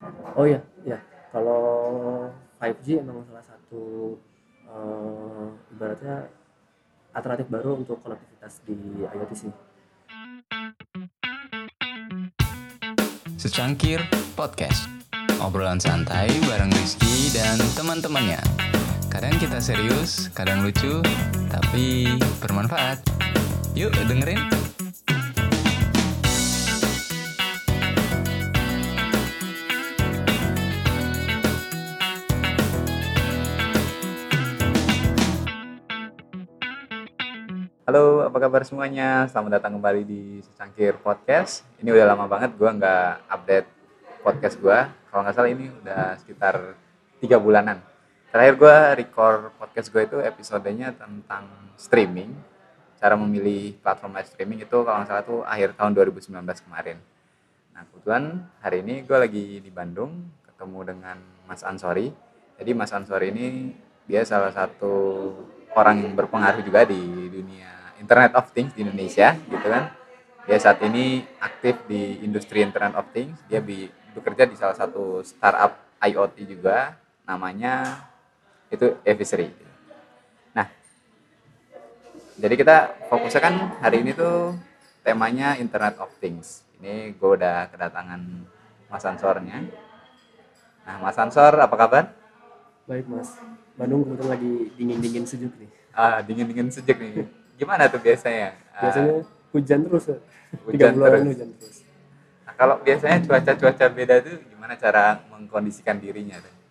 Oh iya, iya. Kalau 5G emang salah satu ibaratnya alternatif baru untuk konektivitas di IoT sih. Secangkir Podcast. Obrolan santai bareng Rizky dan teman-temannya. Kadang kita serius, kadang lucu, tapi bermanfaat. Yuk dengerin. Halo, apa kabar semuanya? Selamat datang kembali di Secangkir Podcast. Ini udah lama banget gue nggak update podcast gue. Kalau nggak salah ini udah sekitar 3 bulanan. Terakhir gue record podcast gue itu episodenya tentang streaming. Cara memilih platform live streaming itu kalau nggak salah tuh akhir tahun 2019 kemarin. Nah, kebetulan hari ini gue lagi di Bandung ketemu dengan Mas Ansori. Jadi Mas Ansori ini dia salah satu orang yang berpengaruh juga di dunia Internet of Things di Indonesia gitu kan. Dia saat ini aktif di industri Internet of Things. Dia bekerja di salah satu startup IoT juga, namanya itu Evisery. Nah, jadi kita fokusnya kan hari ini tuh temanya Internet of Things. Ini gue udah kedatangan Mas Ansornya. Nah, Mas Ansor apa kabar? Baik Mas, Bandung kebetulan lagi dingin-dingin sejuk nih. Dingin-dingin sejuk nih. Gimana tuh biasanya? Biasanya hujan terus ya. 3 Hujan bulanan terus. hujan terus. Nah, kalau biasanya cuaca-cuaca beda tuh gimana cara mengkondisikan dirinya tuh?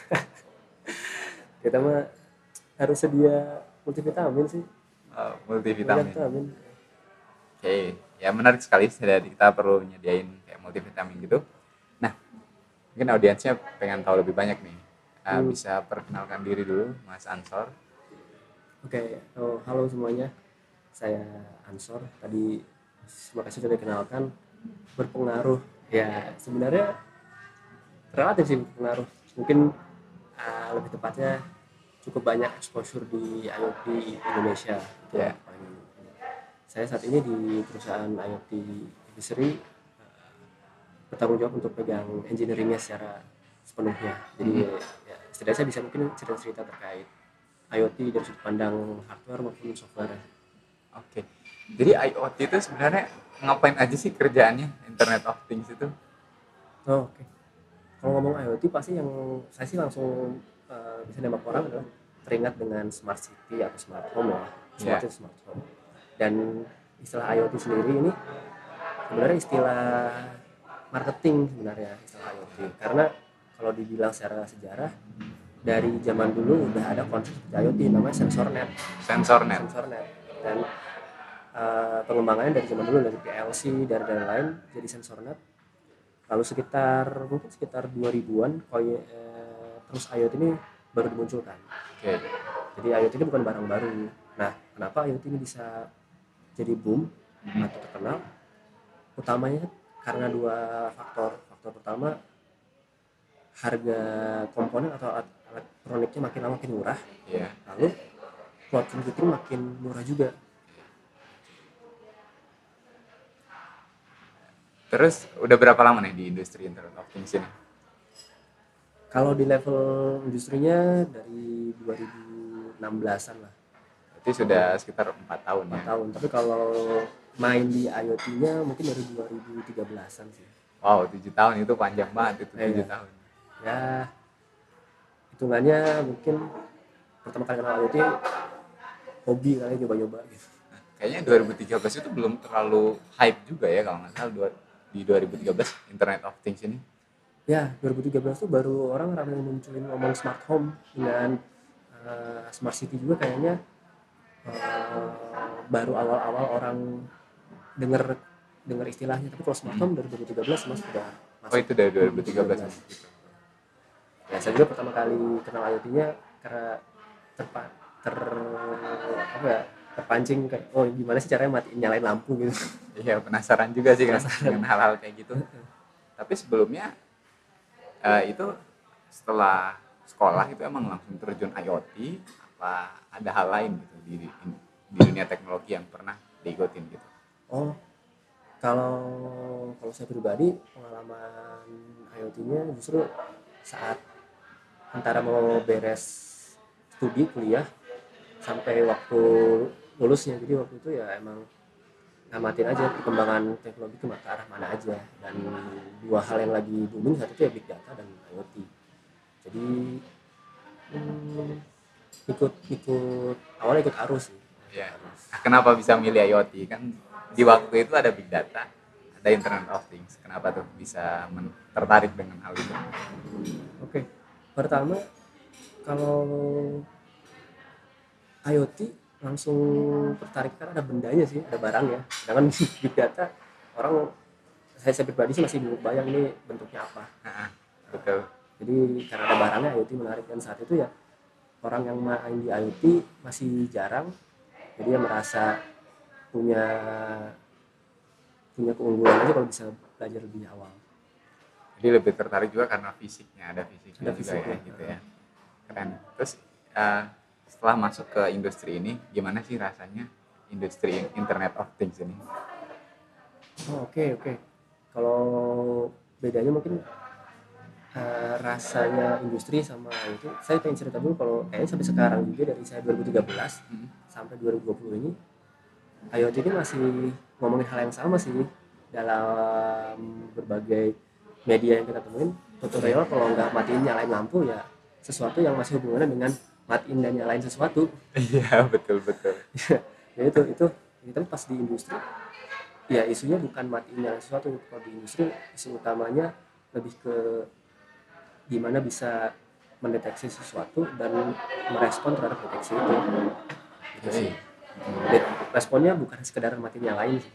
Kita mah harus sedia multivitamin sih. Banyak Multivitamin. vitamin. Oke, ya menarik sekali. Jadi kita perlu nyediain kayak multivitamin gitu. Nah, mungkin audiensnya pengen tahu lebih banyak nih. Bisa perkenalkan diri dulu, Mas Ansor. Oke, halo semuanya. Saya Ansor. Tadi terima kasih sudah dikenalkan. Berpengaruh. Ya, sebenarnya relatif sih berpengaruh. Mungkin lebih tepatnya cukup banyak exposure di IoT Indonesia. Itu Ya. yang paling ini. Saya saat ini di perusahaan IoT Evisery bertanggung jawab untuk pegang engineeringnya secara sepenuhnya. Jadi ya, setidaknya saya bisa mungkin cerita-cerita terkait IoT dari sudut pandang hardware maupun software. Oke. Jadi IoT itu sebenarnya ngapain aja sih kerjaannya Internet of Things itu? Oh, oke. Kalau ngomong IoT pasti yang saya sih langsung bisa nembak orang adalah teringat dengan smart city atau smart home ya. Smart Ya. city, smart home. Dan istilah IoT sendiri ini sebenarnya istilah marketing sebenarnya istilah IoT. Karena kalau dibilang secara sejarah dari zaman dulu udah ada konsep IoT namanya SensorNet. SensorNet. SensorNet. Dan pengembangannya dari zaman dulu dari PLC dari lain jadi SensorNet. Lalu mungkin sekitar 2000-an terus IoT ini baru dimunculkan. Oke. Jadi IoT ini bukan barang baru. Nah, kenapa IoT ini bisa jadi boom atau terkenal? Utamanya karena dua faktor. Faktor pertama, harga komponen atau alat elektroniknya makin lama makin murah. Ya. Lalu cloud computing makin murah juga. Terus udah berapa lama nih di industri Internet of Things ini? Kalau di level industrinya dari 2016-an lah, Berarti sudah sekitar 4 tahun 4 ya. tahun. Tapi kalau main di IoT-nya mungkin dari 2013-an sih. Wow, 7 tahun itu panjang banget itu 7 Iya. tahun. Ya, hitungannya mungkin pertama kali kenal IoT hobi kali coba-coba gitu. Kayaknya 2013 itu belum terlalu hype juga ya kalau nggak salah di 2013 Internet of Things ini. Ya, 2013 tuh baru orang ramai munculin ngomong smart home dengan smart city juga kayaknya baru awal-awal orang dengar istilahnya. Tapi kalau smart home dari 2013 mas sudah masuk. Oh, itu dari 2013 gitu. Ya, saya juga pertama kali kenal IoT-nya karena terpancing kayak oh gimana sih caranya nyalain lampu gitu. Iya, penasaran juga sih kan dengan hal-hal kayak gitu. Tapi sebelumnya itu setelah sekolah itu emang langsung terjun IoT apa ada hal lain gitu di dunia teknologi yang pernah diikutin gitu? Oh, kalau saya pribadi pengalaman IoT-nya justru saat antara mau beres studi kuliah sampai waktu lulusnya. Jadi waktu itu ya emang ngamatin aja perkembangan teknologi ke arah mana aja, dan dua hal yang lagi booming saat itu ya big data dan IoT. Jadi ikut awalnya ikut arus sih. Ya. Nah, kenapa bisa milih IoT? Kan di waktu itu ada big data, ada Internet of Things. Kenapa tuh bisa tertarik dengan hal itu? Oke, pertama kalau IoT langsung tertarik karena ada bendanya sih, ada barangnya. Sedangkan big data orang saya pribadi sih masih belum bayang ini bentuknya apa. Betul. Jadi karena ada barangnya IoT menarik, dan saat itu ya orang yang main di IoT masih jarang, jadi dia merasa punya keunggulan aja kalau bisa belajar lebih awal. Jadi lebih tertarik juga karena fisiknya, ada fisiknya Ada juga fisiknya. ya gitu ya. Keren. Terus setelah masuk ke industri ini, gimana sih rasanya industri Internet of Things ini? Oke. Kalau bedanya mungkin rasanya industri sama itu, saya pengen cerita dulu kalau kayaknya sampai sekarang juga dari saya 2013 sampai 2020 ini IoT ini masih ngomongin hal yang sama sih dalam berbagai media yang kita temuin. Tutorial kalau nggak matiin nyalain lampu ya sesuatu yang masih hubungannya dengan matiin dan nyalain sesuatu. Iya, betul. Ya itu tapi pas di industri ya isunya bukan matiin nyalain sesuatu. Kalau di industri isu utamanya lebih ke gimana bisa mendeteksi sesuatu dan merespon terhadap deteksi itu. Gitu sih. Responnya bukan sekedar matiin nyalain sih.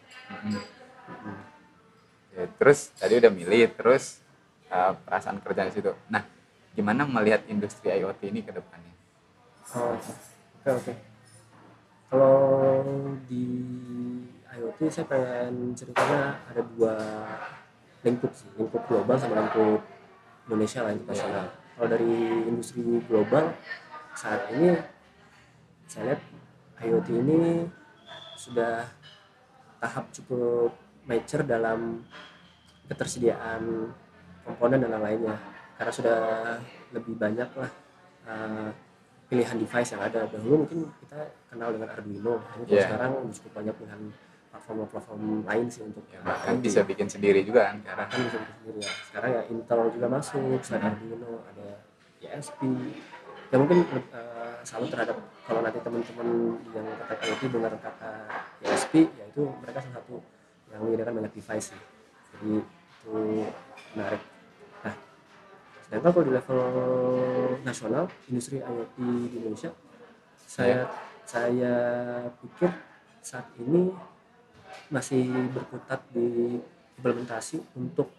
Ya, terus tadi udah milih, terus perasaan kerja di situ. Nah, gimana melihat industri IoT ini ke depannya? Oke. Kalau di IoT saya pengen ceritanya ada dua lingkup sih, lingkup global sama lingkup Indonesia lah, internasional. Kalau dari industri global saat ini saya lihat IoT ini sudah tahap cukup mature dalam ketersediaan komponen dan lain-lainnya, karena sudah lebih banyak lah pilihan device yang ada. Dahulu mungkin kita kenal dengan Arduino, tapi sekarang cukup banyak pilihan platform lain sih untuk bahkan bisa bikin sendiri juga kan sekarang. Bisa bikin sendiri ya. Sekarang ya Intel juga masuk, selain Arduino ada ESP. Ya mungkin salut terhadap kalau nanti teman-teman yang terkait IoT dengar kata ESP, ya itu mereka salah satu yang menyediakan banyak device sih. Jadi itu menarik. Nah, sedangkan kalau di level nasional industri IoT di Indonesia, saya pikir saat ini masih berkutat di implementasi untuk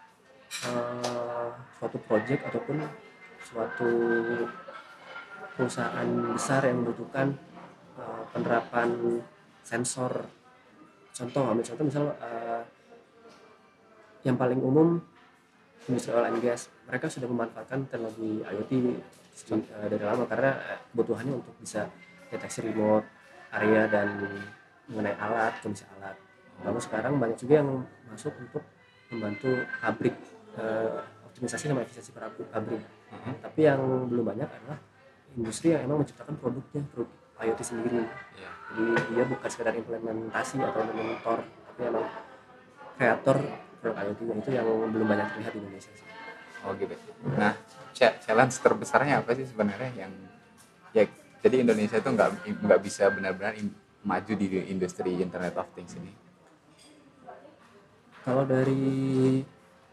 suatu project ataupun suatu perusahaan besar yang membutuhkan penerapan sensor. Ambil contoh misal yang paling umum industri oil and gas, mereka sudah memanfaatkan teknologi IoT dari lama karena kebutuhannya untuk bisa deteksi remote area dan mengenai alat, kondisi alat. Lalu sekarang banyak juga yang masuk untuk membantu pabrik, optimisasi sama efisiensi pabrik. Tapi yang belum banyak adalah industri yang emang menciptakan produk IoT sendiri. Jadi dia bukan sekedar implementasi atau implementator, tapi emang kreator produk IoT-nya. Itu yang belum banyak terlihat di Indonesia sih. Oh gitu. Nah, challenge terbesarnya apa sih sebenarnya yang ya jadi Indonesia itu nggak bisa benar-benar maju di industri Internet of Things ini? Kalau dari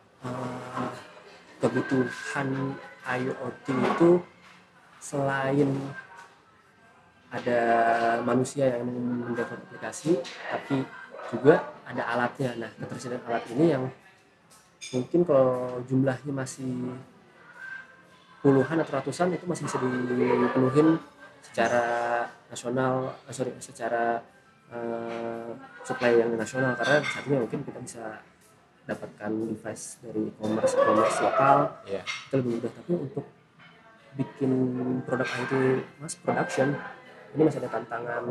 kebutuhan IoT itu, selain ada manusia yang mendevelop aplikasi, tapi juga ada alatnya. Nah, ketersediaan alat ini yang mungkin kalau jumlahnya masih puluhan atau ratusan itu masih bisa dipenuhin secara nasional, secara supply yang nasional, karena saat ini mungkin kita bisa dapatkan device dari e-commerce lokal, itu lebih mudah. Tapi untuk bikin produk IT mass production ini masih ada tantangan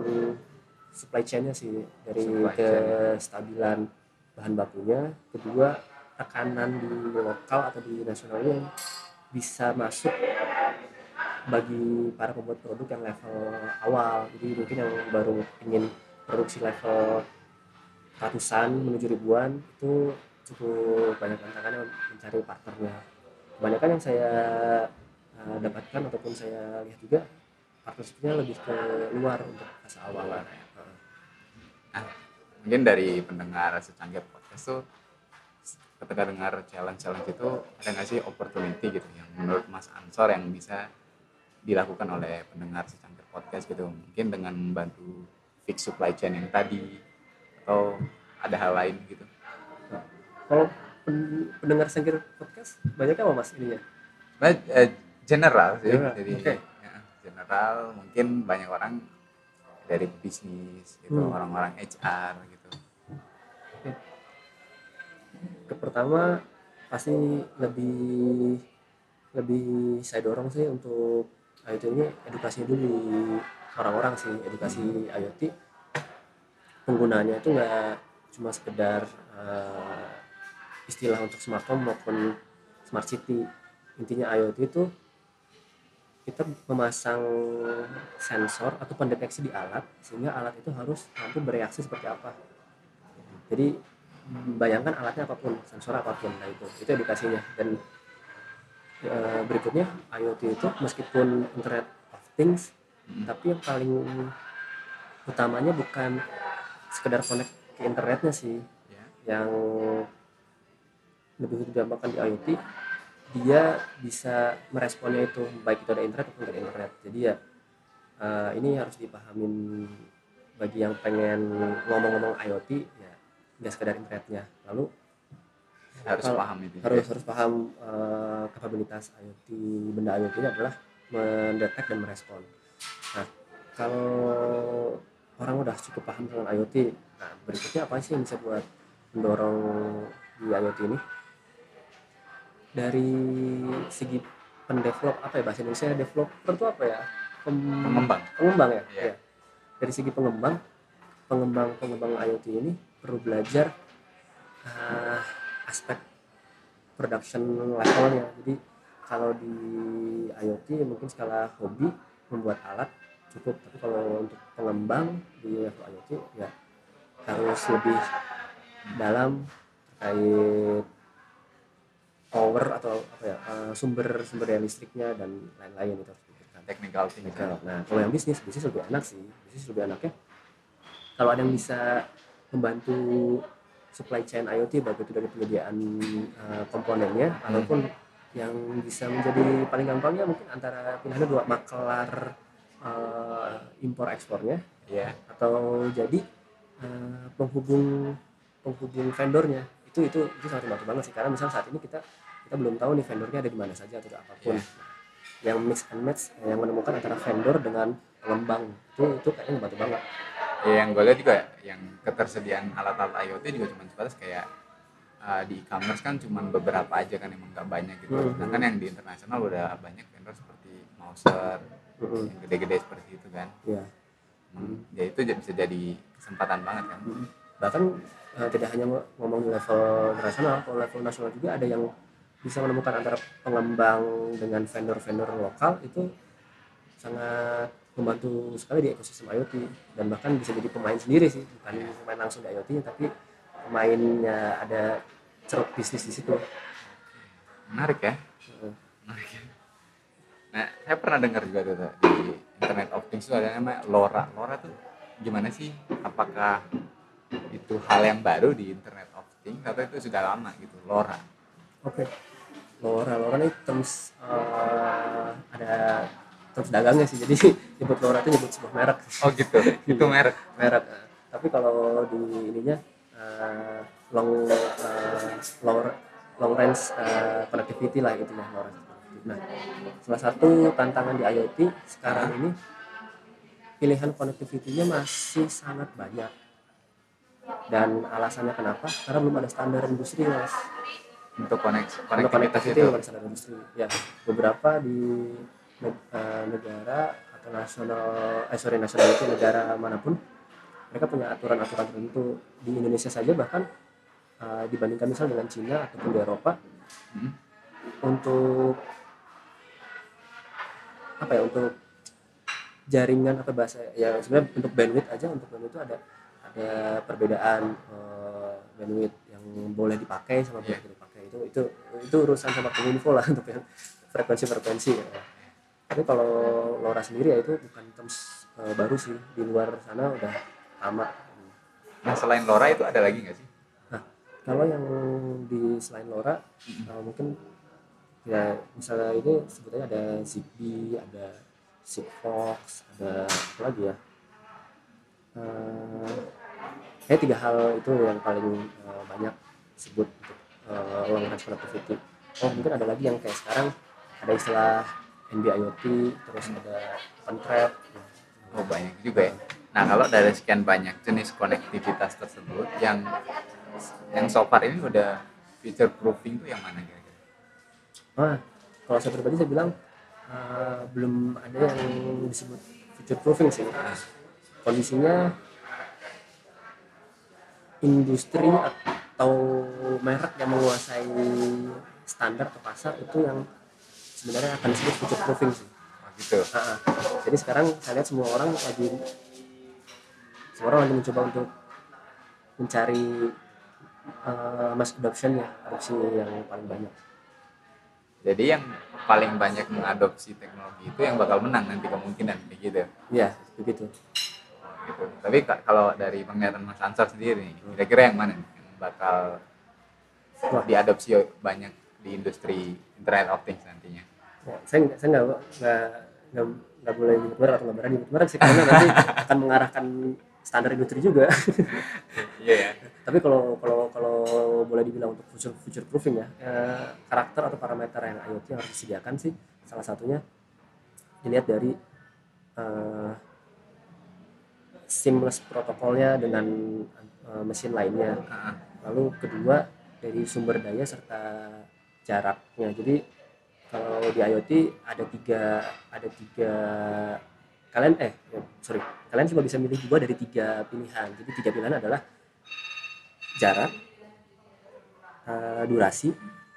supply chain-nya sih, dari kestabilan bahan bakunya, kedua tekanan di lokal atau di nasional ini yang bisa masuk bagi para pembuat produk yang level awal. Jadi mungkin yang baru ingin produksi level ratusan menuju ribuan itu cukup banyak tantangannya mencari partnernya. Kebanyakan yang saya dapatkan ataupun saya lihat juga partnershipnya lebih ke luar untuk fase awal lah. Nah, mungkin dari pendengar secangkir podcast tuh ketika dengar challenge itu ada nggak sih opportunity gitu yang menurut Mas Ansor yang bisa dilakukan oleh pendengar secangkir podcast gitu, mungkin dengan membantu fix supply chain yang tadi atau ada hal lain gitu. Kalau pendengar secangkir podcast banyak apa mas ininya? Nah, general sih, General, jadi oke. ya, general mungkin banyak orang dari bisnis gitu, orang-orang HR gitu. Pertama pasti lebih lebih saya dorong sih untuk IoT ini edukasi dulu di orang-orang sih, edukasi IoT penggunaannya itu nggak cuma sekedar istilah untuk smart home maupun smart city. Intinya IoT itu kita memasang sensor atau pendeteksi di alat sehingga alat itu harus mampu bereaksi seperti apa. Jadi bayangkan alatnya apapun, sensor apapun, nah itu edukasinya. Dan berikutnya IoT itu meskipun Internet of Things, tapi yang paling utamanya bukan sekedar connect ke internetnya sih. Ya. Yang lebih digampangkan di IoT, dia bisa meresponnya itu baik itu ada internet ataupun tidak ada internet. Jadi ya ini harus dipahamin bagi yang pengen ngomong-ngomong IoT ya, nggak sekedar internetnya. Lalu Harus kalau paham itu. harus paham kapabilitas IoT, benda IoT ini adalah mendetek dan merespon. Nah, kalau orang udah cukup paham dengan IoT, nah berikutnya apa sih yang bisa buat mendorong di IoT ini? Dari segi pendevelop, apa ya bahasa Indonesia developer itu apa ya? Pengembang ya. Iya. Ya. Dari segi pengembang IoT ini perlu belajar aspek production levelnya. Jadi kalau di IoT mungkin skala hobi membuat alat cukup, tapi kalau untuk pengembang di level IoT ya harus lebih dalam terkait power atau apa ya, sumber daya listriknya dan lain-lain itu harus dipikirkan. Technical thing. Nah kalau yang bisnis lebih enak sih. Bisnis lebih enaknya kalau ada yang bisa membantu supply chain IoT, baik itu dari penyediaan komponennya ataupun yang bisa menjadi paling gampangnya mungkin antara pilihannya dua, makelar impor ekspornya, Iya. atau jadi penghubung vendornya. Itu sangat membantu banget sih, karena misal saat ini kita belum tahu nih vendornya ada di mana saja atau apapun. Yang mix and match, yang menemukan antara vendor dengan pengembang itu kayaknya membantu banget. Ya, yang gue lihat juga yang ketersediaan alat-alat IoT juga cuma sebatas kayak di e-commerce kan cuma beberapa aja kan, emang nggak banyak gitu. Sedangkan yang di internasional udah banyak vendor seperti Mouser, yang gede-gede seperti itu kan. Iya. Ya itu bisa jadi kesempatan banget kan. Bahkan tidak hanya ngomong di level internasional, kalau level nasional juga ada yang bisa menemukan antara pengembang dengan vendor-vendor lokal, itu sangat membantu sekali di ekosistem IoT, dan bahkan bisa jadi pemain sendiri sih, bukan pemain langsung di IoT-nya tapi pemainnya, ada ceruk bisnis di situ. Menarik ya. Nah, saya pernah dengar juga tuh di Internet of Things itu ada namanya LoRa. LoRa tuh gimana sih? Apakah itu hal yang baru di Internet of Things atau itu sudah lama gitu, LoRa? Oke. LoRa ini terms ada terms dagangnya sih. Jadi nyebut LoRa itu nyebut sebuah merek. Oh gitu. Itu merek. Tapi kalau di ininya long range connectivity lah gitu ya, LoRa. Nah, salah satu tantangan di IoT sekarang ini pilihan connectivity-nya masih sangat banyak. Dan alasannya kenapa? Karena belum ada standar industri, Mas. Untuk Untuk konektivitas connectivity itu. belum ada standar industri. Ya, beberapa di negara atau nasional itu negara manapun, mereka punya aturan-aturan tertentu. Di Indonesia saja bahkan dibandingkan misal dengan Cina ataupun di Eropa. Hmm. Untuk apa ya, untuk jaringan apa bahasa ya, sebenarnya untuk bandwidth aja, untuk bandwidth itu ada perbedaan bandwidth yang boleh dipakai sama boleh tidak dipakai. Itu urusan sama Kominfo lah untuk yang frekuensi ya. Tapi kalau LoRa sendiri ya itu bukan terms baru sih, di luar sana udah lama. Nah selain LoRa itu ada lagi nggak sih? Nah kalau yang di selain LoRa mungkin ya misalnya ini sebetulnya ada Zigbee, ada Sigfox, ada apa lagi ya, kayak 3 hal itu yang paling banyak disebut untuk long range connectivity. Mungkin ada lagi yang kayak sekarang ada istilah NB-IoT, terus ada OpenTrap. Oh banyak juga ya. Nah kalau dari sekian banyak jenis konektivitas tersebut, yang so far ini udah feature proofing tuh yang mana kira-kira? Kalau saya pribadi saya bilang belum ada yang disebut feature proofing sih. Kondisinya industri atau merek yang menguasai standar atau pasar itu yang sebenarnya akan disebut feature proofing sih. Oh gitu. Jadi sekarang saya lihat semua orang lagi mencoba untuk mencari mass adoption ya, adopsi yang paling banyak. Jadi yang paling banyak mengadopsi teknologi itu yang bakal menang nanti kemungkinan kayak gitu. Iya, begitu. Gitu. Tapi kalau dari penglihatan Mas Ansar sendiri nih, kira-kira yang mana nih yang bakal diadopsi banyak di industri Internet of Things nantinya? Ya, saya nggak boleh nyebut merek atau nggak berani nyebut merek sih, karena nanti akan mengarahkan standar industri juga. Iya ya. Tapi kalau boleh dibilang untuk future proofing ya, karakter atau parameter yang IoT yang harus disediakan sih salah satunya dilihat dari seamless protokolnya dengan mesin lainnya. Lalu kedua dari sumber daya serta jaraknya. Jadi kalau di IoT ada tiga kalian cuma bisa milih 2 dari 3 pilihan. Jadi 3 pilihan adalah jarak, durasi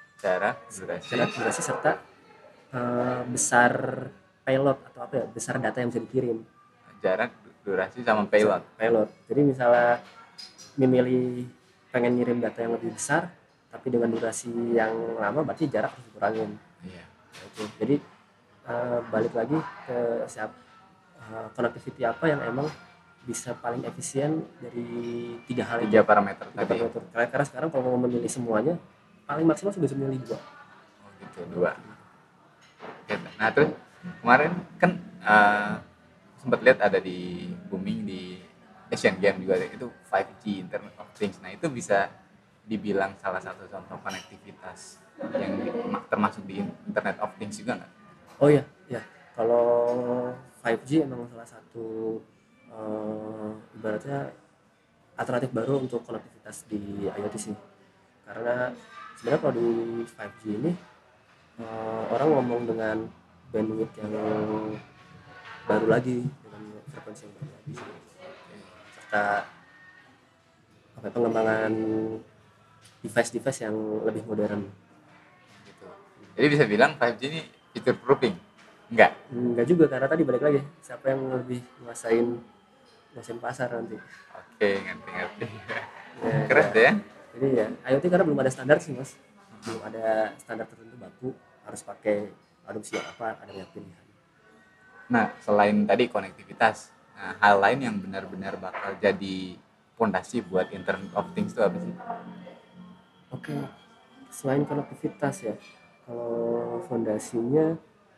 serta besar payload atau apa ya, besar data yang bisa dikirim. Jarak, durasi sama payload. Jadi misalnya memilih pengen ngirim data yang lebih besar tapi dengan durasi yang lama, berarti jarak harus dikurangin. Iya. Jadi balik lagi ke connectivity apa yang emang bisa paling efisien dari 3 hal itu. 3 parameter tadi. Karena sekarang kalau mau memilih semuanya paling maksimal sudah bisa memilih 2. Oh gitu, 2. Oke. Nah terus kemarin kan sempat lihat ada di booming di Asian Games juga itu 5G Internet of Things. Nah itu bisa dibilang salah satu contoh konektivitas yang termasuk di Internet of Things juga nggak? Oh iya, kalau 5G emang salah satu ibaratnya alternatif baru untuk konektivitas di IoT sih. Karena sebenarnya kalau di 5G ini orang ngomong dengan bandwidth yang baru lagi, dengan frekuensi yang baru lagi sih. Serta pengembangan device yang lebih modern gitu. Jadi bisa bilang 5G ini future proofing? Enggak juga, karena tadi balik lagi siapa yang lebih nguasain pasar nanti. Oke, ngerti. Keren deh ya. Jadi ya IoT karena belum ada standar sih Mas, belum ada standar tertentu baku harus pakai adopsi apa, ada banyak pilihan. Nah selain tadi konektivitas, hal lain yang benar-benar bakal jadi fondasi buat Internet of Things itu apa sih? Oke, selain konektivitas ya, kalau fondasinya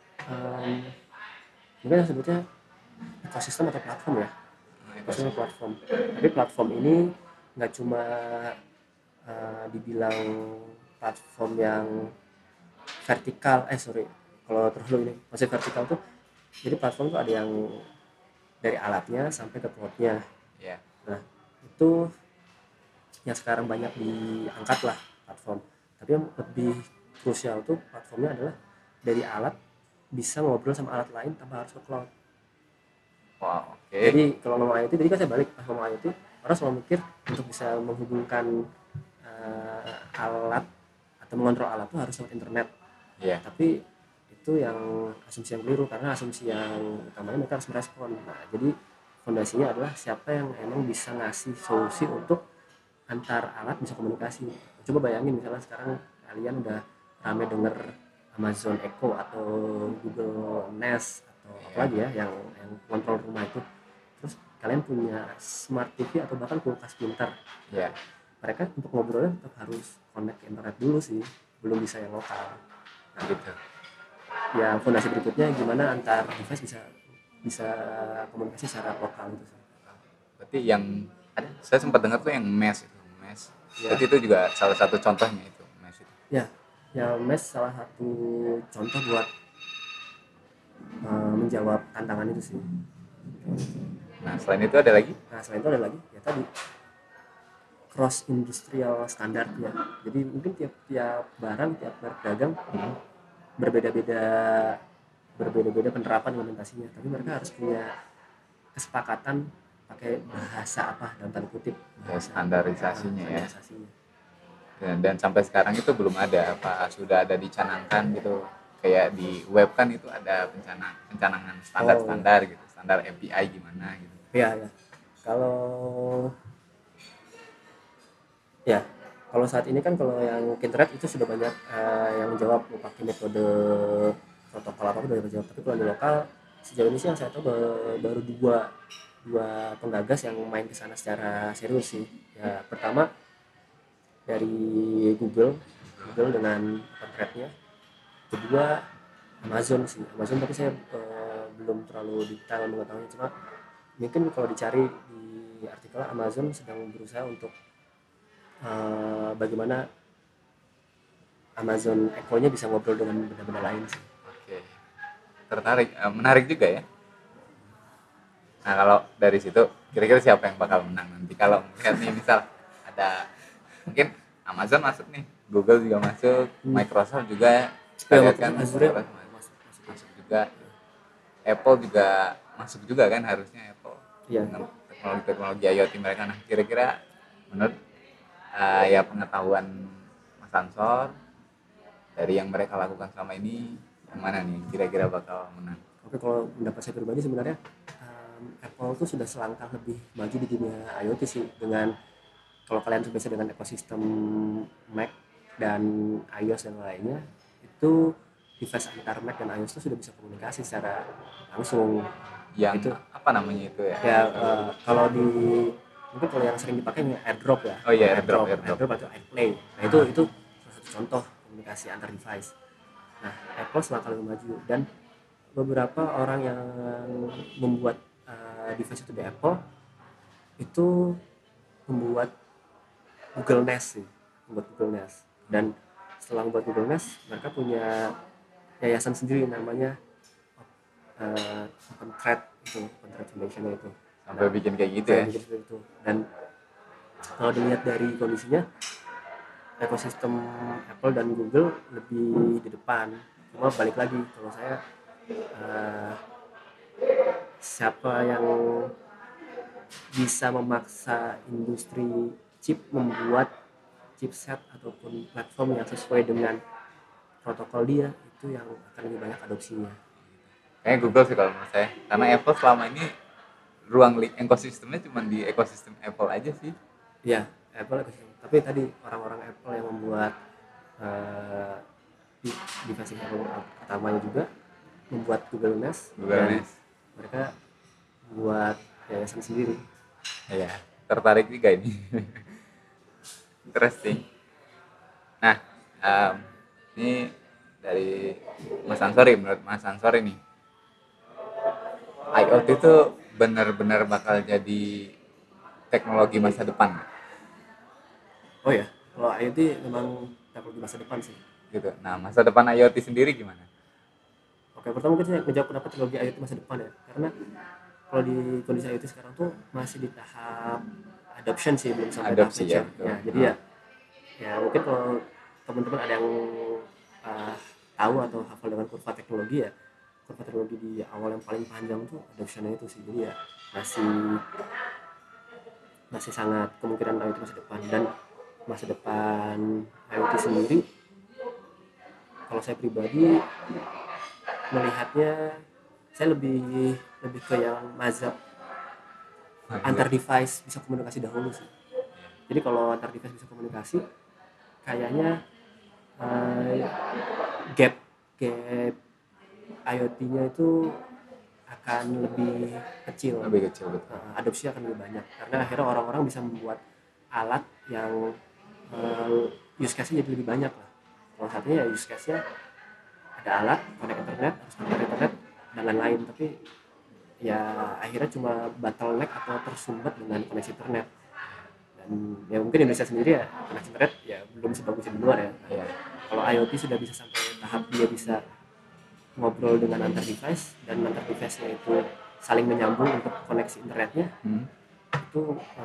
mungkin sebutnya ekosistem atau platform ya. Ekosistem platform. Tapi platform ini nggak cuma dibilang platform yang vertikal. Kalau terlalu ini masih vertikal tuh, jadi platform tuh ada yang dari alatnya sampai ke cloud-nya. Yeah. Nah itu yang sekarang banyak diangkat lah platform. Tapi yang lebih krusial tuh platformnya adalah dari alat bisa ngobrol sama alat lain tanpa harus ke cloud. Wow, oke. Jadi kalau ngomong IoT, tadi kan saya balik pas ngomong IoT, orang selalu mikir untuk bisa menghubungkan alat atau mengontrol alat tuh harus lewat internet. Iya. Tapi itu yang asumsi yang keliru, karena asumsi yang utamanya mereka harus merespon. Nah, jadi fondasinya adalah siapa yang emang bisa ngasih solusi untuk antar alat bisa komunikasi. Coba bayangin misalnya sekarang kalian udah rame denger Amazon Echo atau Google Nest atau apa lagi ya yang kontrol rumah itu. Terus kalian punya smart TV atau bahkan kulkas pintar. Iya. Mereka untuk ngobrolnya tetap harus connect ke internet dulu sih, belum bisa yang lokal. Nah, Gitu. ya fondasi berikutnya gimana antar device bisa komunikasi secara lokal gitu sih. Berarti yang ada, saya sempat dengar tuh yang mesh itu. Mesh. Ya. Berarti itu juga salah satu contohnya itu, mesh itu. Ya mesh salah satu contoh buat menjawab tantangan itu sih. Nah, selain itu ada lagi? Nah selain itu ada lagi ya tadi cross industrial standard ya. Jadi mungkin tiap barang, tiap merek dagang berbeda-beda penerapan implementasinya, tapi mereka harus punya kesepakatan pakai bahasa apa dalam tanda kutip Ya, standarisasinya ya. standarisasinya. Dan sampai sekarang itu belum ada, apa sudah ada dicanangkan gitu, kayak di web kan itu ada pencanangan standar-standar gitu, standar API gimana gitu. Ya kalau saat ini kan kalau yang Kindred itu sudah banyak yang menjawab mau pakai metode protokol apa udah menjawab, tapi kalau di lokal sejauh ini sih yang saya tahu baru dua penggagas yang main ke sana secara serius sih. Ya pertama dari Google dengan Thread-nya, kedua Amazon tapi saya belum terlalu detail mengetahuinya, cuma mungkin kalau dicari di artikel Amazon sedang berusaha untuk bagaimana Amazon Echo-nya bisa ngobrol dengan benda-benda lain sih. Oke, tertarik, menarik juga ya. Nah, kalau dari situ kira-kira siapa yang bakal menang nanti kalau melihat nih, misal ada mungkin Amazon masuk nih, Google juga masuk, Microsoft juga, kita lihat kan Azure masuk juga, Apple juga masuk juga kan, harusnya Apple dengan teknologi IoT mereka. Nah, kira-kira menurut ya pengetahuan Mas Ansor dari yang mereka lakukan selama ini, yang mana nih kira-kira bakal menang? Oke, kalau pendapat saya pribadi sebenarnya Apple tuh sudah selangkah lebih maju di dunia IoT sih, dengan kalau kalian terbiasa dengan ekosistem Mac dan iOS dan lainnya, itu device antar Mac dan iOS itu sudah bisa komunikasi secara langsung. Yang itu apa namanya itu ya? Kalau mungkin kalau yang sering dipakai AirDrop ya. Oh iya, AirDrop atau AirPlay. Nah itu salah satu contoh komunikasi antar device. Nah Apple selangkah lebih maju, dan beberapa orang yang membuat device itu di Apple itu membuat Google Nest sih, dan setelah membuat Google Nest mereka punya yayasan sendiri namanya Open Thread Foundation itu. Sampai bikin kayak gitu ya. Dan kalau dilihat dari kondisinya, ekosistem Apple dan Google lebih di depan. Cuma balik lagi, kalau saya siapa yang bisa memaksa industri chip membuat chipset ataupun platform yang sesuai dengan protokol dia, itu yang akan lebih banyak adopsinya. Kayaknya Google sih kalau menurut saya, karena Apple selama ini ruang ekosistemnya cuma di ekosistem Apple aja sih. Iya, Apple ekosistem. Tapi tadi orang-orang Apple yang membuat device Apple pertamanya juga membuat Google Nest. Mereka buat yayasan sendiri. Iya, tertarik juga ini. Interesting. Nah, ini dari Mas Ansori, menurut Mas Ansori nih, IoT itu benar-benar bakal jadi teknologi masa depan. Oh ya, kalau IoT memang teknologi masa depan sih. Gitu. Nah, masa depan IoT sendiri gimana? Oke, pertama mungkin saya menjawab pendapat teknologi IoT masa depan ya, karena kalau di kondisi IoT sekarang tuh masih di tahap adoption sih, belum sampai tahap mature. Jadi ya mungkin kalau teman-teman ada yang tahu atau hafal dengan kurva teknologi ya, kurva teknologi di awal yang paling panjang tuh adoptionnya itu sih. Jadi ya masih sangat kemungkinan IoT masa depan. Dan masa depan IoT sendiri, kalau saya pribadi melihatnya, saya lebih lebih ke yang mazhab antar device bisa komunikasi dahulu sih. Jadi kalau antar device bisa komunikasi, kayaknya eh, gap gap IoT-nya itu akan lebih kecil. Lebih kecil betul. Adopsi akan lebih banyak karena akhirnya orang-orang bisa membuat alat yang use case-nya jadi lebih banyak lah. Salah satunya ya use case-nya ada alat connect internet, harus connect internet dan lain-lain, tapi ya akhirnya cuma bottleneck atau tersumbat dengan koneksi internet. Dan ya mungkin Indonesia sendiri ya koneksi internet ya belum sebagus di luar ya. Iya. Kalau IoT sudah bisa sampai tahap dia bisa ngobrol dengan antar device dan antar device-nya itu saling menyambung untuk koneksi internetnya, itu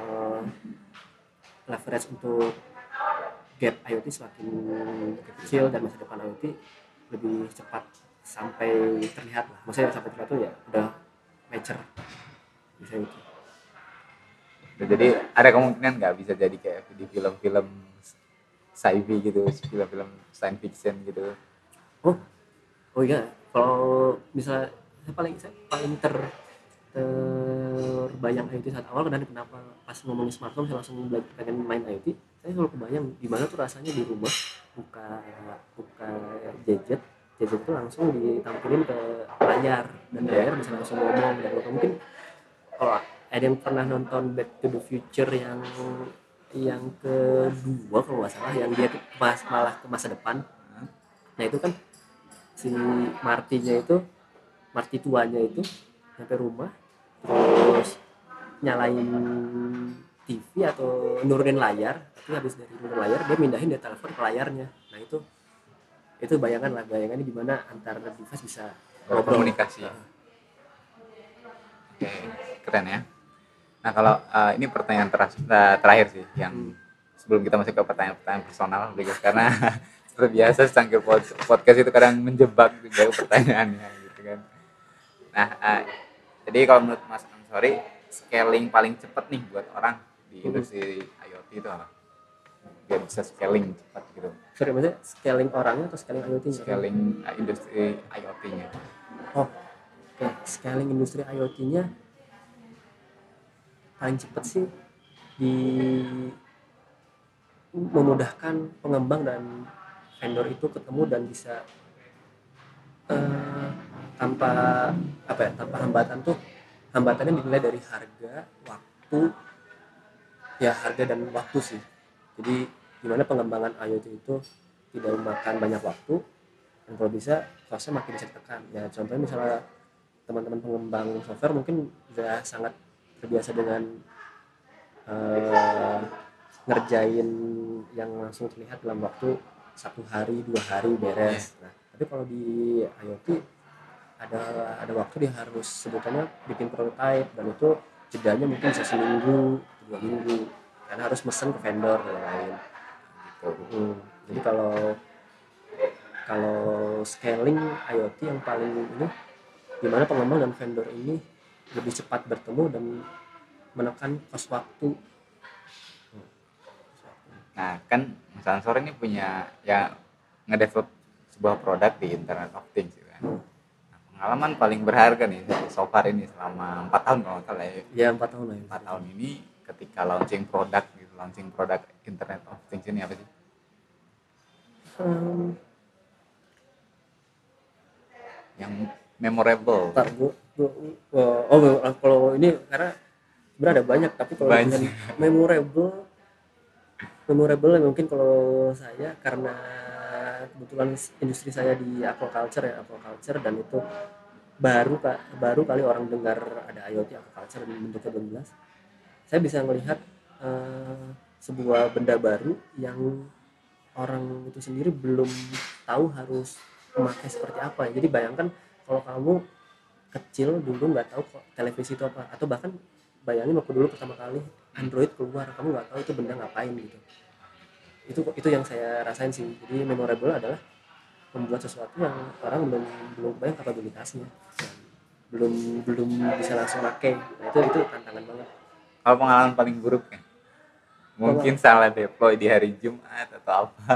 leverage untuk gap IoT semakin kecil dan masa depan IoT lebih cepat sampai terlihat lah. Maksudnya sampai terlihat tuh ya udah mature bisa itu. Jadi ada kemungkinan nggak bisa jadi kayak di film-film sci-fi gitu, film-film science fiction gitu. Oh iya, kalau misalnya saya paling terbayang IoT saat awal, dan kenapa pas ngomongin smartphone saya langsung pengen main IoT. Saya selalu kebayang gimana tuh rasanya di rumah buka buka gadget itu langsung ditampilin ke layar, dan layar bisa langsung ngomong. Dan mungkin kalau ada yang pernah nonton Back to the Future yang kedua kalau nggak salah, yang dia malah ke masa depan, nah itu kan si Marty tuanya itu sampai rumah terus nyalain TV atau nurunin layar, tapi habis dari nurunin layar dia mindahin dari telepon ke layarnya. Nah itu bayangannya gimana antar device bisa Berkomunikasi. Oke, keren ya. Nah kalau ini pertanyaan terakhir sih, yang sebelum kita masuk ke pertanyaan-pertanyaan personal, karena seperti biasa Secangkir podcast itu kadang menjebak juga pertanyaannya gitu kan. Nah jadi kalau menurut Mas Ansori, scaling paling cepat nih buat orang di industri IoT itu apa? Biar bisa scaling cepat gitu. Sorry, maksudnya scaling orangnya atau scaling IoT-nya? Scaling industri IoT-nya. Oh, oke. Scaling industri IoT-nya paling cepat sih di memudahkan pengembang dan vendor itu ketemu dan bisa tanpa hambatan. Hambatannya dinilai dari harga dan waktu sih. Jadi gimana pengembangan IoT itu tidak memakan banyak waktu, dan kalau bisa costnya makin bisa ditekan. Ya contohnya misalnya teman-teman pengembang software mungkin sudah sangat terbiasa dengan ngerjain yang langsung terlihat dalam waktu 1 hari 2 hari beres. Nah tapi kalau di IoT ada waktu dia harus sebutannya bikin prototype, dan itu jedanya mungkin bisa seminggu 2 minggu karena harus mesen ke vendor dan lain-lain gitu. Jadi kalau scaling IoT yang paling ini gimana pengembang dan vendor ini lebih cepat bertemu dan menekan cost waktu. Nah kan Mas Ansor ini punya ya ngedevelop sebuah produk di Internet of Things gitu kan. Nah, pengalaman paling berharga nih so far ini selama 4 tahun kalau nggak salah ya. Ya 4 tahun lah. 4 tahun ini ketika launching produk Internet of Things ini apa sih? Yang memorable. Kalau ini karena sebenarnya ada banyak, tapi kalau memorable mungkin kalau saya karena kebetulan industri saya di aquaculture, dan itu baru kali orang dengar ada IoT aquaculture dan bentuknya belum jelas. Saya bisa melihat sebuah benda baru yang orang itu sendiri belum tahu harus memakai seperti apa. Jadi bayangkan kalau kamu kecil dulu nggak tahu kok televisi itu apa, atau bahkan bayangin waktu dulu pertama kali Android keluar, kamu nggak tahu itu benda ngapain gitu. Itu yang saya rasain sih. Jadi memorable adalah membuat sesuatu yang orang belum bayang kapabilitasnya, belum bisa langsung pakai. Nah itu tantangan banget. Kalau pengalaman paling buruk ya? Mungkin salah deploy di hari Jumat atau apa.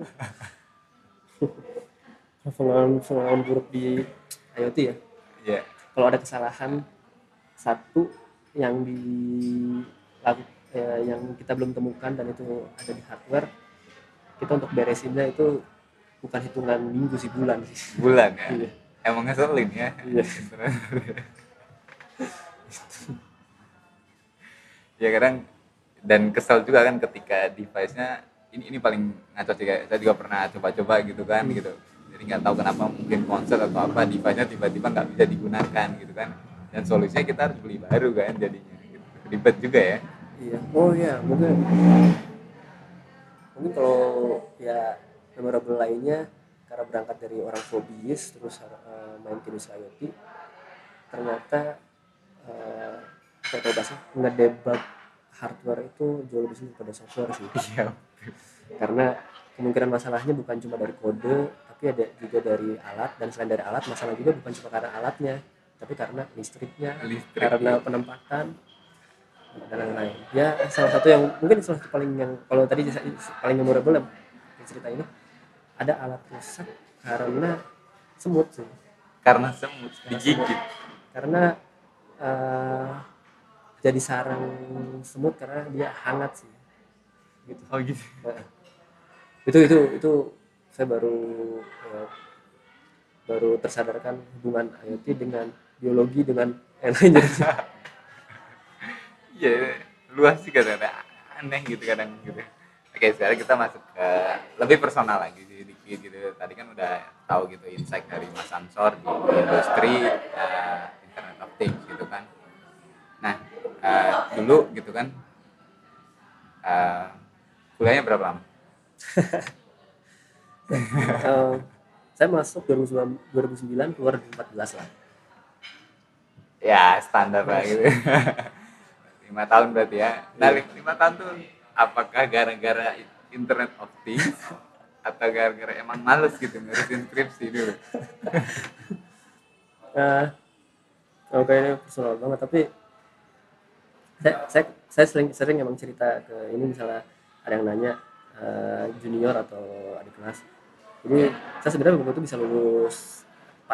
pengalaman buruk di IoT ya. Iya. Kalau ada kesalahan satu yang yang kita belum temukan dan itu ada di hardware, kita untuk beresinnya itu bukan hitungan minggu sih, bulan sih. Bulan ya. Iya. Emang ngeselin ya. Iya. Ya kadang, dan kesel juga kan ketika device-nya ini paling ngaco sih, kayak saya juga pernah coba-coba gitu kan gitu. Jadi nggak tahu kenapa, mungkin konser atau apa, device-nya tiba-tiba nggak bisa digunakan gitu kan. Dan solusinya kita harus beli baru kan jadinya gitu. Ribet juga ya. Iya. Oh iya, mungkin kalau ya memorable lainnya, karena berangkat dari orang fobis terus main jenis IoT, ternyata saya tahu bahasa ngedebug hardware itu jauh lebih sulit pada software sih. Iya. Karena kemungkinan masalahnya bukan cuma dari kode, tapi ada juga dari alat, dan selain dari alat, masalah juga bukan cuma karena alatnya, tapi karena listriknya, karena penempatan dan lain-lain. Ya salah satu paling yang kalau tadi paling memorable yang cerita ini, ada alat rusak karena semut sih. Karena semut digigit. Karena jadi sarang semut karena dia hangat sih. Gitu. Oh gitu. Itu saya baru tersadarkan hubungan IoT dengan biologi dengan lain. Iya, luas sih kadang-kadang, aneh gitu kadang gitu. Oke, sekarang kita masuk ke lebih personal lagi sedikit gitu. Tadi kan udah tahu gitu insight dari Mas Ansor di industri Internet of Things gitu kan. Nah, dulu gitu kan, kuliahnya berapa lama? Saya masuk 2009, keluar 2014 lah. Ya standar lah gitu. 5 tahun berarti ya. Nah, 5 tahun tuh apakah gara-gara Internet of Things atau gara-gara emang males gitu ngurusin skripsi dulu? Kayaknya personal banget, tapi saya sering emang cerita ke ini, misalnya ada yang nanya junior atau adik kelas. Jadi saya sebenarnya waktu itu bisa lulus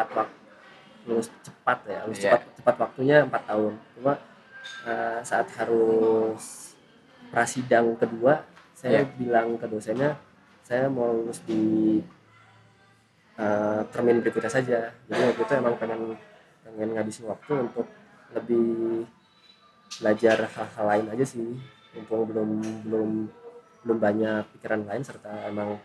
cepat ya, cepat waktunya 4 tahun. Cuma saat harus prasidang kedua, saya bilang ke dosennya saya mau lulus di termin berikutnya saja. Jadi waktu itu emang pengen ngabisin waktu untuk lebih belajar hal-hal lain aja sih, mumpung belum banyak pikiran lain, serta emang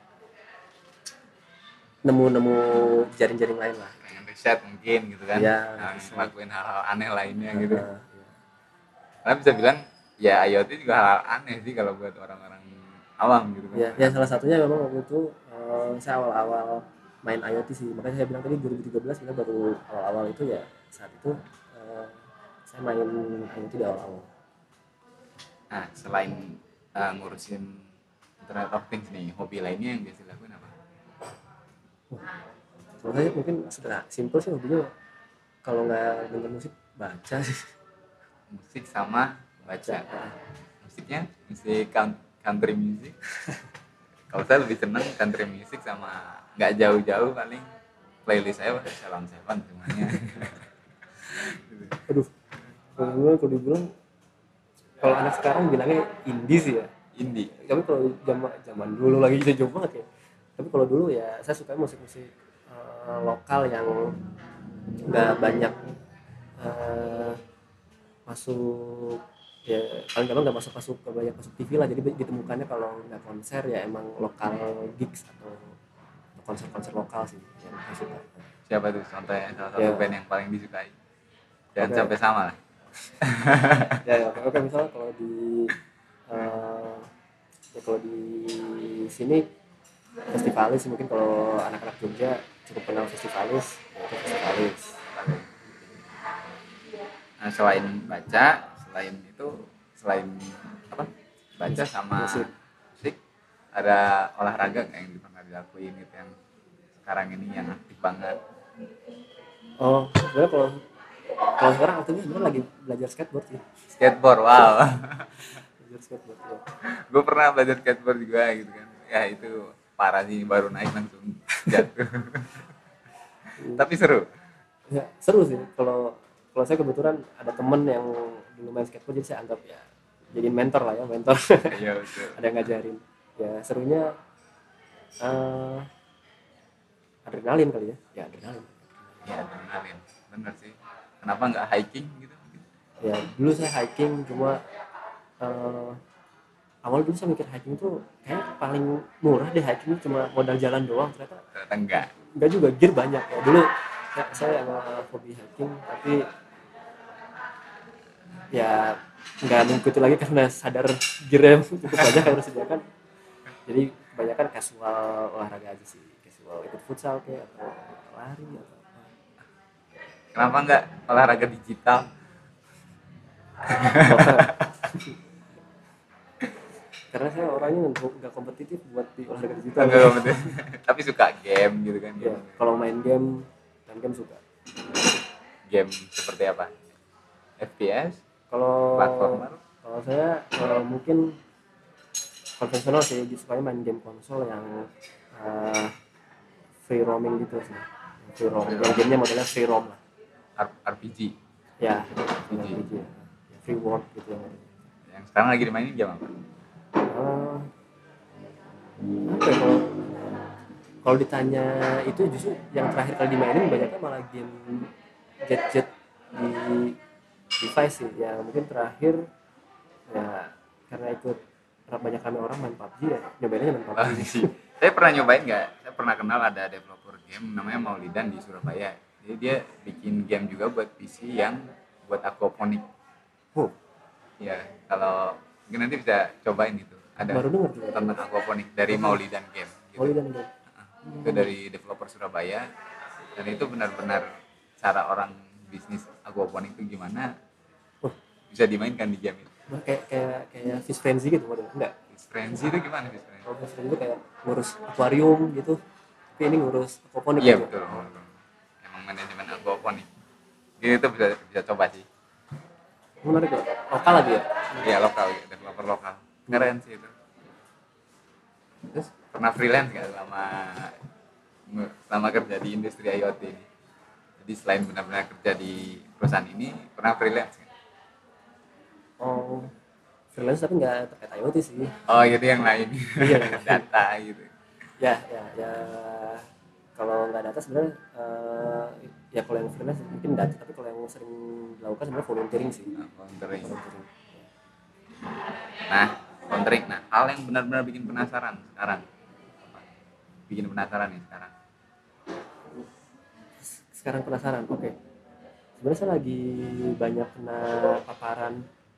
nemu jaring-jaring lain lah. Pengen riset mungkin gitu kan, ngelakuin hal-hal aneh lainnya gitu. Karena bisa bilang ya IoT juga hal aneh sih kalau buat orang-orang awam gitu kan. Ya salah satunya memang waktu itu saya awal-awal main IoT sih, makanya saya bilang tadi 2013 kita baru awal-awal itu ya, saat itu saya main IoT di awal-awal. Nah, selain ngurusin Internet of Things nih, hobi lainnya yang biasa dilakuin apa? Kalau saya mungkin simple sih hobinya, kalau nggak denger musik, baca sih. Musik sama baca. Musiknya musik country music. Kalau saya lebih seneng country music, sama nggak jauh-jauh paling playlist saya Salon Seven semuanya. Aduh, kalau dibilang, kalau anak sekarang bilangnya indie sih ya. Indie. Tapi kalau zaman dulu lagi jauh banget ya. Tapi kalau dulu ya saya suka musik-musik lokal yang nggak banyak masuk, ya paling gampang nggak masuk TV lah. Jadi ditemukannya kalau nggak konser ya emang lokal gigs atau konser-konser lokal sih yang saya suka. Siapa tuh contohnya salah satu band yang paling disukai? Jangan sampai sama lah. Oke, misalnya kalau di sini Festivalis, mungkin kalau anak-anak Jogja cukup kenal Festivalis, yaitu Festivalis. Nah, selain apa? Baca sama musik, ada olahraga nggak yang pernah dilakuin gitu yang sekarang ini yang aktif banget? Oh, sebenarnya kalau sekarang aktifnya sebenarnya lagi belajar skateboard sih. Skateboard, wow. belajar skateboard ya. Gue pernah belajar skateboard juga gitu kan. Ya itu parah sih, baru naik langsung jatuh. Tapi seru. Ya, seru sih kalau kalau saya kebetulan ada temen yang dulu main skateboard, jadi saya anggap ya jadi mentor lah ya, mentor. Iya betul. Ada yang ngajarin ya. Serunya eh, adrenalin kali ya adrenalin. Ya adrenalin. Bener sih. Kenapa nggak hiking gitu? Ya dulu saya hiking, cuma eh, awal dulu saya mikir hiking tuh kayak paling murah deh, hiking cuma modal jalan doang. Ternyata Ternyata enggak. enggak juga, gear banyak ya dulu ya, saya emang hobi hiking, tapi ya nggak mengikuti lagi karena sadar gear cukup banyak yang harus disediakan. Jadi kebanyakan casual olahraga aja sih, casual ikut futsal kayak atau lari atau apa. Kenapa nggak olahraga digital? Karena saya orangnya nggak kompetitif buat di olahraga digital. Enggak kompeten. Tapi suka game gitu kan. Ya, kalau main game suka. Game seperti apa? FPS? Kalau Platformer? kalau saya mungkin konvensional sih, sukanya main game konsol yang eh, free roaming gitu sih. Free roam. Yang gamenya modelnya free roam lah. RPG. Ya, RPG. RPG. Ya, free world gitu yang. Yang sekarang lagi dimainin game apa? Eh, apa ya, kalau ditanya itu justru yang terakhir kali dimainin banyaknya malah game gadget di device sih ya. Mungkin terakhir ya karena ikut banyak kami orang main PUBG ya, nyobainnya main PUBG. sih. Saya pernah nyobain nggak? Saya pernah kenal ada developer game namanya Maulidan di Surabaya. Jadi dia bikin game juga buat PC yang buat aquaponik. Ya kalau mungkin nanti bisa cobain itu. Ada Baru dengar juga tentang aquaponik dari Maulidan Game. Gitu. Maulidan Game. Itu dari developer Surabaya dan itu benar-benar cara orang bisnis aquaponik itu gimana bisa dimainkan di game itu. Kayak Fish Frenzy gitu model enggak? Fish Frenzy itu gimana Fish Frenzy? Kalau Fish Frenzy itu kayak ngurus akuarium gitu, tapi ini ngurus aquaponik Iya gitu. betul. Emang manajemen aquaponik. Jadi itu bisa coba sih. Menarik loh. Lokal lagi ya. Iya lokal, developer lokal. Keren sih itu. Terus pernah freelance nggak selama kerja di industri IoT ini? Jadi selain benar-benar kerja di perusahaan ini, pernah freelance nggak? Oh, freelance tapi nggak terkait IoT sih. Oh itu yang lain, Iya. data gitu. Ya. Kalau nggak data sebenarnya ya kalau yang freelance mungkin data, tapi kalau yang sering dilakukan sebenarnya volunteering sih. Volunteering. Volunteering. Nah, volunteering. Nah, hal yang benar-benar bikin penasaran sekarang. Bikin penasaran nih sekarang. Sekarang penasaran, oke. Sebenarnya saya lagi banyak kena paparan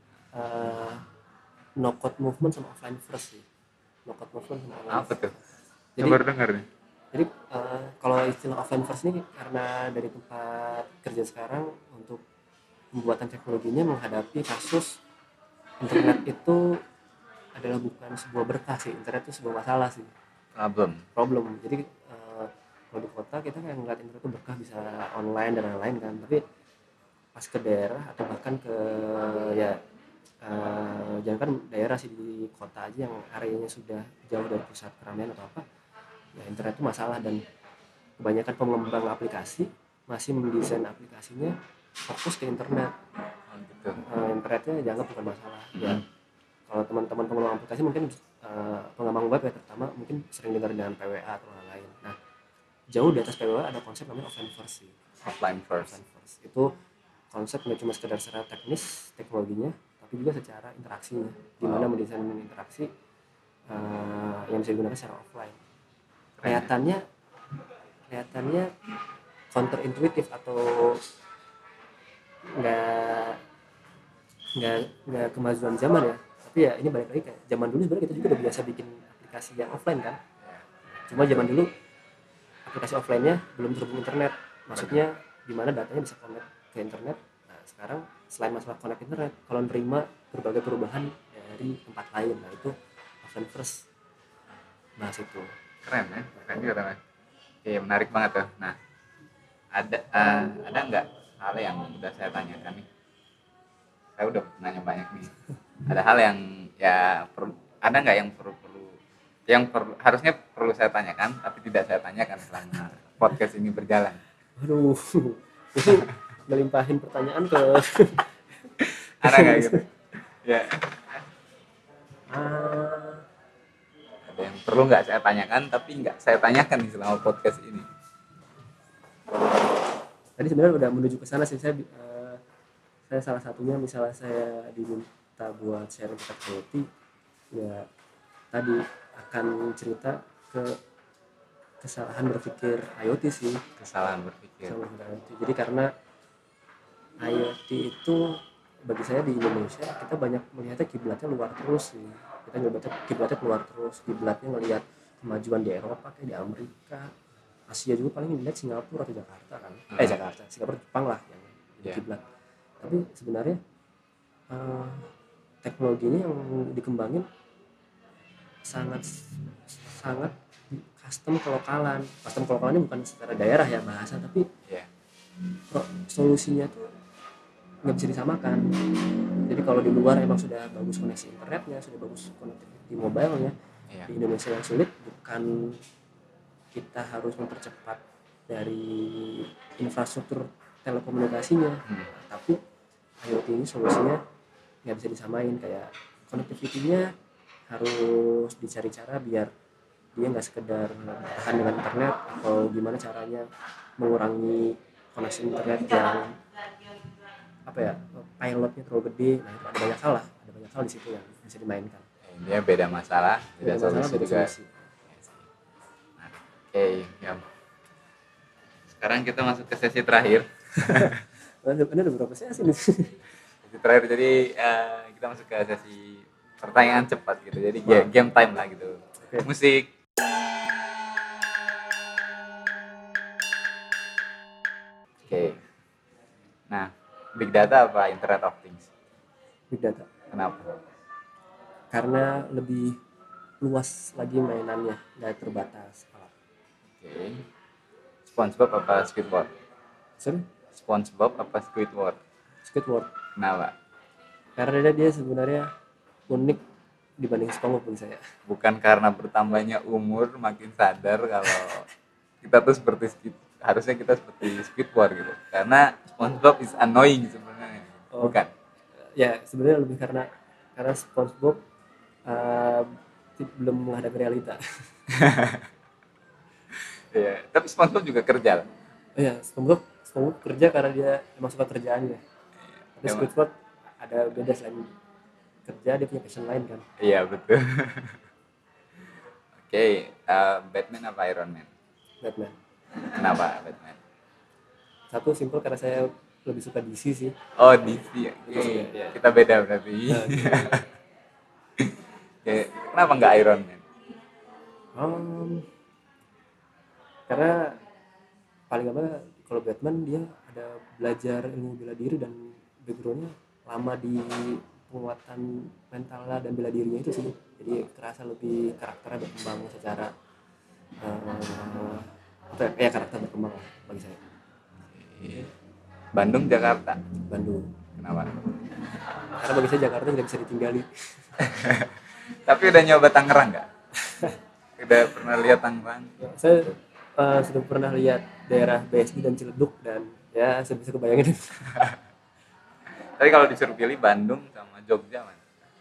no code movement sama offline first sih. No code movement sama online Apa tuh? Jadi- Baru dengar nih. Jadi kalau istilah offline first ini karena dari tempat kerja sekarang untuk pembuatan teknologinya menghadapi kasus internet itu adalah bukan sebuah berkah sih, internet itu sebuah masalah sih, problem. Jadi kalau di kota kita kayak ngeliat internet itu berkah, bisa online dan lain-lain kan, tapi pas ke daerah atau bahkan ke ya jangan kan daerah sih, di kota aja yang areanya sudah jauh dari pusat keramaian atau apa, ya internet itu masalah. Dan kebanyakan pengembang aplikasi masih mendesain aplikasinya fokus ke internet. Oh, gitu. Internetnya dianggap bukan masalah. Ya kalau teman-teman pengembang aplikasi mungkin pengembang web ya terutama mungkin sering dengar dengan PWA atau lain-lain. Nah, jauh di atas PWA ada konsep namanya offline first sih. Offline first. Offline first itu konsep nggak cuma sekedar secara teknis teknologinya, tapi juga secara interaksinya, gimana mendesain interaksi yang bisa digunakan secara offline. Kelihatannya counter intuitif atau nggak kemajuan zaman ya, tapi ya ini balik lagi kayak zaman dulu sebenarnya kita juga udah biasa bikin aplikasi yang offline kan, cuma zaman dulu aplikasi offline-nya belum terhubung internet, maksudnya gimana datanya bisa connect ke internet. Nah sekarang selain masalah connect internet, kalau nerima berbagai perubahan dari tempat lain, nah itu offline first, bahas itu. Keren ya, keren juga teman. Oke, menarik banget tuh. Nah, ada nggak hal yang udah saya tanyakan nih? Saya udah nanya banyak nih. Ada hal yang ya ada nggak yang harusnya perlu saya tanyakan tapi tidak saya tanyakan selama podcast ini berjalan? Aduh, ini melimpahin pertanyaan ke Ada nggak gitu? Ya, ah, ada yang perlu nggak saya tanyakan tapi nggak saya tanyakan nih selama podcast ini. tadi sebenarnya udah menuju ke sana sih. Saya salah satunya misalnya saya diminta buat sharing tentang IoT, ya tadi akan cerita ke kesalahan berpikir IoT sih. Kesalahan berpikir. Kesalahan berpikir IoT. Jadi karena IoT itu bagi saya di Indonesia kita banyak melihatnya kiblatnya luar terus sih. Kita nyoba kiblatnya keluar terus, kiblatnya ngelihat kemajuan di Eropa kayak di Amerika, Asia juga paling dilihat Singapura atau Jakarta kan. Jakarta, Singapura, Jepang lah yang jadi kiblat. Tapi sebenarnya teknologi ini yang dikembangin sangat custom kelokalan. Custom kelokalannya bukan secara daerah ya bahasa, tapi solusinya tuh nggak bisa disamakan. Jadi kalau di luar emang sudah bagus koneksi internetnya, sudah bagus connectivity mobile-nya, di Indonesia yang sulit bukan kita harus mempercepat dari infrastruktur telekomunikasinya, tapi IoT ini solusinya nggak bisa disamain. Kayak connectivity-nya harus dicari cara biar dia nggak sekedar tahan dengan internet, atau gimana caranya mengurangi koneksi internet yang pilotnya terlalu gede. Nah itu ada banyak hal di situ yang bisa dimainkan. Ini beda masalah, beda solusi juga. Nah, oke, ya. Sekarang kita masuk ke sesi terakhir. Ini ada berapa sesi nih? Sesi terakhir, jadi kita masuk ke sesi pertanyaan cepat gitu. Jadi game time lah gitu. Okay. Musik. Oke. Nah, Big Data apa Internet of Things? Big Data. Kenapa? Karena lebih luas lagi mainannya, nggak terbatas. Oke. SpongeBob apa Squidward? Sorry? SpongeBob apa Squidward? Squidward. Kenapa? Karena dia sebenarnya unik dibanding SpongeBob pun saya. Bukan karena bertambahnya umur makin sadar kalau kita tuh harusnya kita seperti Squidward gitu. Karena SpongeBob is annoying sebenarnya. Bukan. Ya, sebenarnya lebih karena SpongeBob belum menghadapi realita. Iya, tapi SpongeBob juga kerja lah. Iya, SpongeBob kerja karena dia emang suka kerjaannya. Tapi Squidward ada beda, selain kerja dia punya passion lain kan. Iya, betul. Oke, Batman apa Iron Man? Batman. Kenapa Batman? Satu simple karena saya lebih suka DC sih. Oh, DC. Oke. Kita beda berarti. Oke, kenapa nggak Iron Man? Karena paling apa, kalau Batman dia ada belajar ilmu bela diri dan backgroundnya lama di penguatan mentalnya dan bela dirinya itu sih. Jadi kerasa lebih karakternya berkembang secara karakter berkembang bagi saya. Bandung, Jakarta? Bandung. Kenapa? Karena bagi saya Jakarta tidak bisa ditinggali. Tapi udah nyoba Tangerang nggak? Udah pernah lihat Tangerang? Saya sudah pernah lihat daerah BSD dan Ciledug, dan ya saya bisa kebayangin. Tapi kalau disuruh pilih Bandung sama Jogja mana?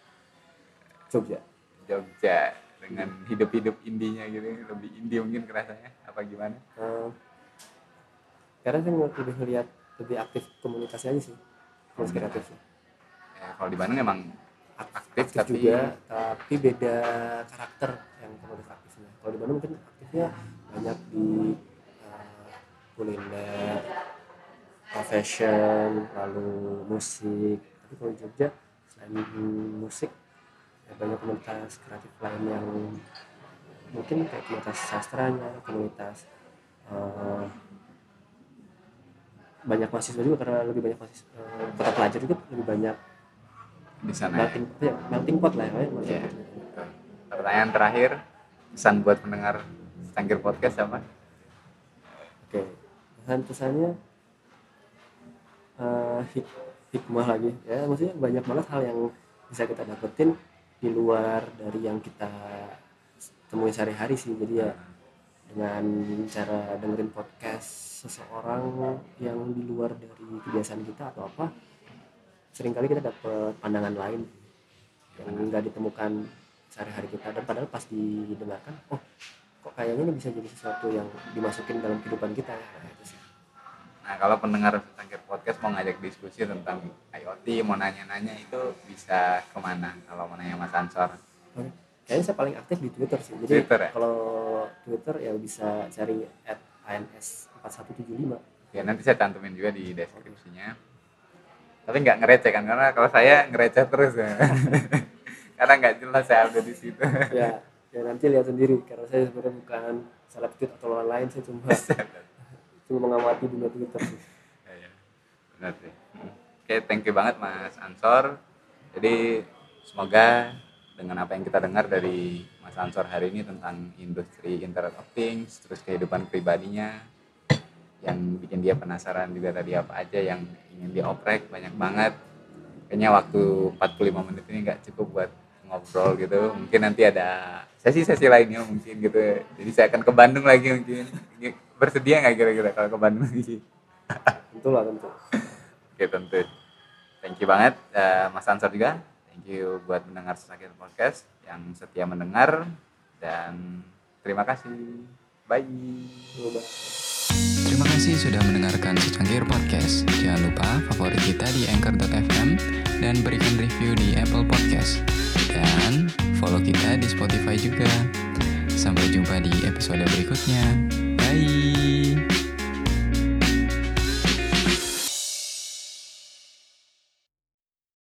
Jogja dengan hidup indinya gitu, lebih indie mungkin kerasanya apa gimana? Karena saya lebih melihat lebih aktif komunikasi aja sih, komunikasi kreatifnya. Kalau di Bandung emang aktif juga, tapi beda karakter yang komunitas aktifnya. Kalau di Bandung mungkin aktifnya banyak di kuliner, fashion, lalu musik. Tapi kalau di Jogja selain musik ya banyak komunitas kreatif lain yang mungkin kayak komunitas sastranya, komunitas banyak mahasiswa juga, karena lebih banyak mahasiswa, kota pelajar juga lebih banyak di sana. Melting pot lah ya. Pertanyaan terakhir, pesan buat pendengar Secangkir Podcast apa? Oke, pesannya hikmah lagi ya, maksudnya banyak banget hal yang bisa kita dapetin di luar dari yang kita temui sehari-hari sih. Jadi ya dengan cara dengerin podcast seseorang yang di luar dari kebiasaan kita atau apa, seringkali kita dapat pandangan lain yang nggak ditemukan sehari-hari kita, dan padahal pas didengarkan, oh kok kayaknya ini bisa jadi sesuatu yang dimasukin dalam kehidupan kita. Nah, itu sih. Nah, kalau pendengar Secangkir Podcast mau ngajak diskusi tentang IoT, mau nanya-nanya itu bisa kemana kalau mau nanya Mas Ansor? Oke. Kayaknya saya paling aktif di Twitter sih. Jadi Twitter ya? kalau Twitter ya bisa cari @ans4175. Ya nanti saya cantumin juga di deskripsinya. Tapi nggak ngereceh kan, karena kalau saya ngereceh terus ya. Karena nggak jelas saya update di situ. Ya nanti lihat sendiri, karena saya sebenarnya bukan salah tweet atau lain, saya cuma mengamati dunia Twitter sih. Ya, benar sih. Oke, thank you banget Mas Ansor. Jadi semoga dengan apa yang kita dengar dari Mas Ansor hari ini tentang industri Internet of Things, terus kehidupan pribadinya, yang bikin dia penasaran juga tadi apa aja yang ingin dioprek, banyak banget. Kayaknya waktu 45 menit ini nggak cukup buat ngobrol gitu. Mungkin nanti ada sesi-sesi lainnya mungkin gitu. Jadi saya akan ke Bandung lagi mungkin. Bersedia nggak kira-kira kalau ke Bandung lagi? Tentu lah, tentu. Oke, tentu. Thank you banget Mas Ansor juga. Thank you buat mendengar Secangkir Podcast yang setia mendengar, dan terima kasih. Bye. Terima kasih sudah mendengarkan Secangkir Podcast. Jangan lupa favorit kita di anchor.fm dan berikan review di Apple Podcast. Dan follow kita di Spotify juga. Sampai jumpa di episode berikutnya. Bye.